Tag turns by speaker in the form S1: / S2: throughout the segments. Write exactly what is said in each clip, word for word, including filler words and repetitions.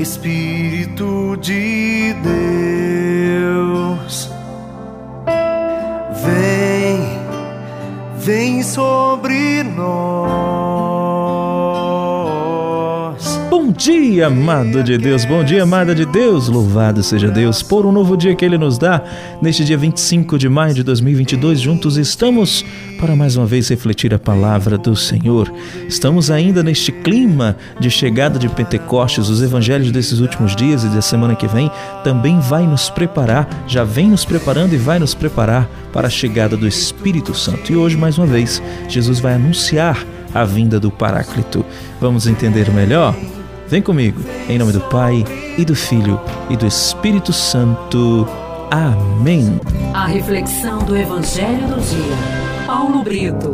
S1: Espírito de Deus, vem, vem sobre nós.
S2: Bom dia, amado de Deus, bom dia, amada de Deus, louvado seja Deus por um novo dia que Ele nos dá. Neste dia vinte e cinco de maio de dois mil e vinte e dois, juntos estamos para mais uma vez refletir a palavra do Senhor. Estamos ainda neste clima de chegada de Pentecostes. Os evangelhos desses últimos dias e da semana que vem também vai nos preparar, já vem nos preparando e vai nos preparar para a chegada do Espírito Santo. E hoje, mais uma vez, Jesus vai anunciar a vinda do Paráclito. Vamos entender melhor? Vem comigo, em nome do Pai, e do Filho, e do Espírito Santo. Amém.
S3: A reflexão do Evangelho do dia. Paulo Brito.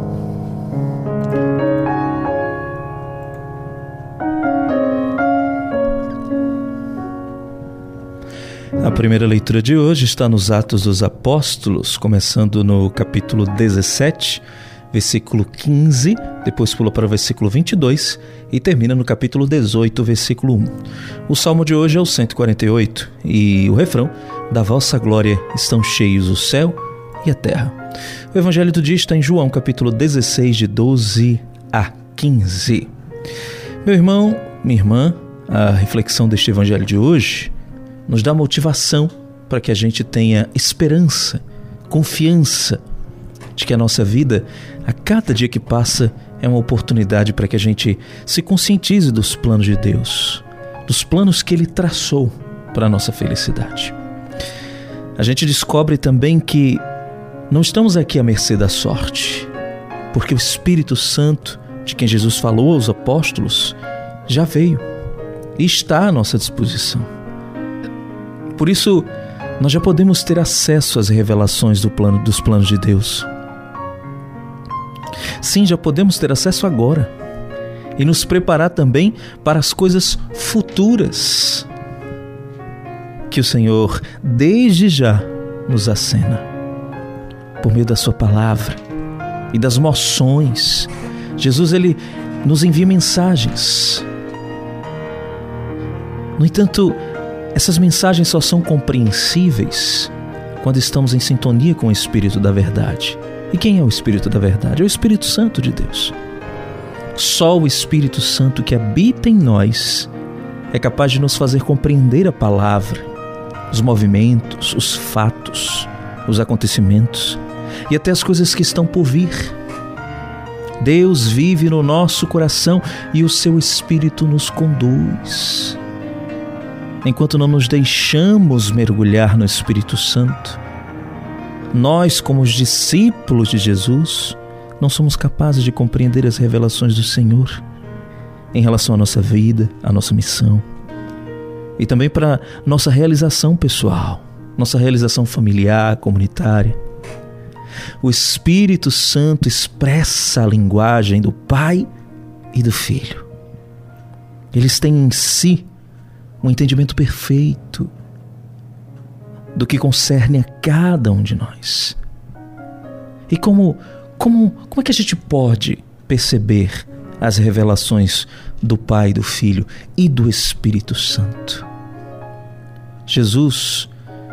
S2: A primeira leitura de hoje está nos Atos dos Apóstolos, começando no capítulo dezessete, versículo quinze, depois pula para o versículo vinte e dois e termina no capítulo dezoito, versículo um. O salmo de hoje é o cento e quarenta e oito e o refrão: da vossa glória estão cheios o céu e a terra. O evangelho do dia está em João, capítulo dezesseis, de doze a quinze. Meu irmão, minha irmã, a reflexão deste evangelho de hoje nos dá motivação para que a gente tenha esperança, confiança de que a nossa vida, a cada dia que passa, é uma oportunidade para que a gente se conscientize dos planos de Deus, dos planos que Ele traçou para a nossa felicidade. A gente descobre também que não estamos aqui à mercê da sorte, porque o Espírito Santo, de quem Jesus falou aos apóstolos, já veio e está à nossa disposição. Por isso, nós já podemos ter acesso às revelações do plano, dos planos de Deus. Sim, já podemos ter acesso agora e nos preparar também para as coisas futuras que o Senhor desde já nos acena por meio da sua palavra e das moções. Jesus, ele nos envia mensagens. No entanto, essas mensagens só são compreensíveis quando estamos em sintonia com o Espírito da verdade. E quem é o Espírito da verdade? É o Espírito Santo de Deus. Só o Espírito Santo que habita em nós é capaz de nos fazer compreender a palavra, os movimentos, os fatos, os acontecimentos e até as coisas que estão por vir. Deus vive no nosso coração e o seu Espírito nos conduz. Enquanto não nos deixamos mergulhar no Espírito Santo, nós, como os discípulos de Jesus, não somos capazes de compreender as revelações do Senhor em relação à nossa vida, à nossa missão e também para nossa realização pessoal, nossa realização familiar, comunitária. O Espírito Santo expressa a linguagem do Pai e do Filho. Eles têm em si um entendimento perfeito do que concerne a cada um de nós. E como, como, como é que a gente pode perceber as revelações do Pai, do Filho e do Espírito Santo? Jesus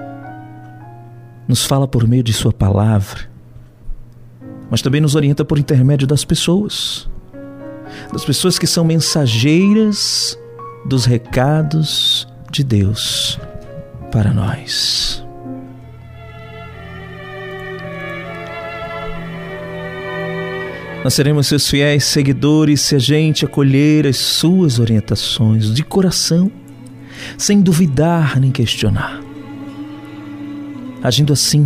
S2: nos fala por meio de sua palavra, mas também nos orienta por intermédio das pessoas, das pessoas que são mensageiras dos recados de Deus para nós. Nós seremos seus fiéis seguidores se a gente acolher as suas orientações de coração, sem duvidar nem questionar. Agindo assim,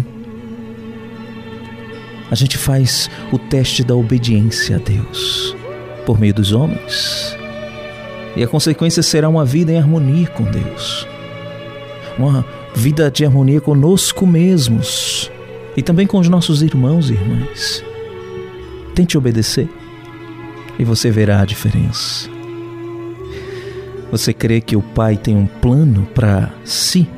S2: a gente faz o teste da obediência a Deus por meio dos homens, e a consequência será uma vida em harmonia com Deus, uma vida de harmonia conosco mesmos e também com os nossos irmãos e irmãs. Tente obedecer e você verá a diferença. Você crê que o Pai tem um plano para si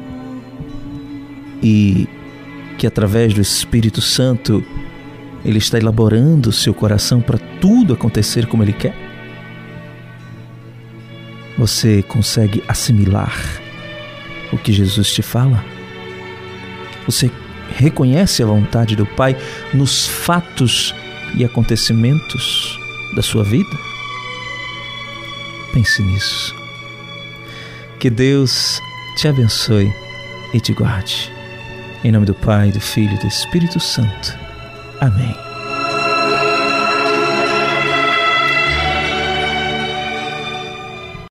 S2: e que através do Espírito Santo Ele está elaborando o seu coração para tudo acontecer como Ele quer? Você consegue assimilar o que Jesus te fala? Você reconhece a vontade do Pai nos fatos e acontecimentos da sua vida? Pense nisso. Que Deus te abençoe e te guarde. Em nome do Pai, do Filho e do Espírito Santo. Amém.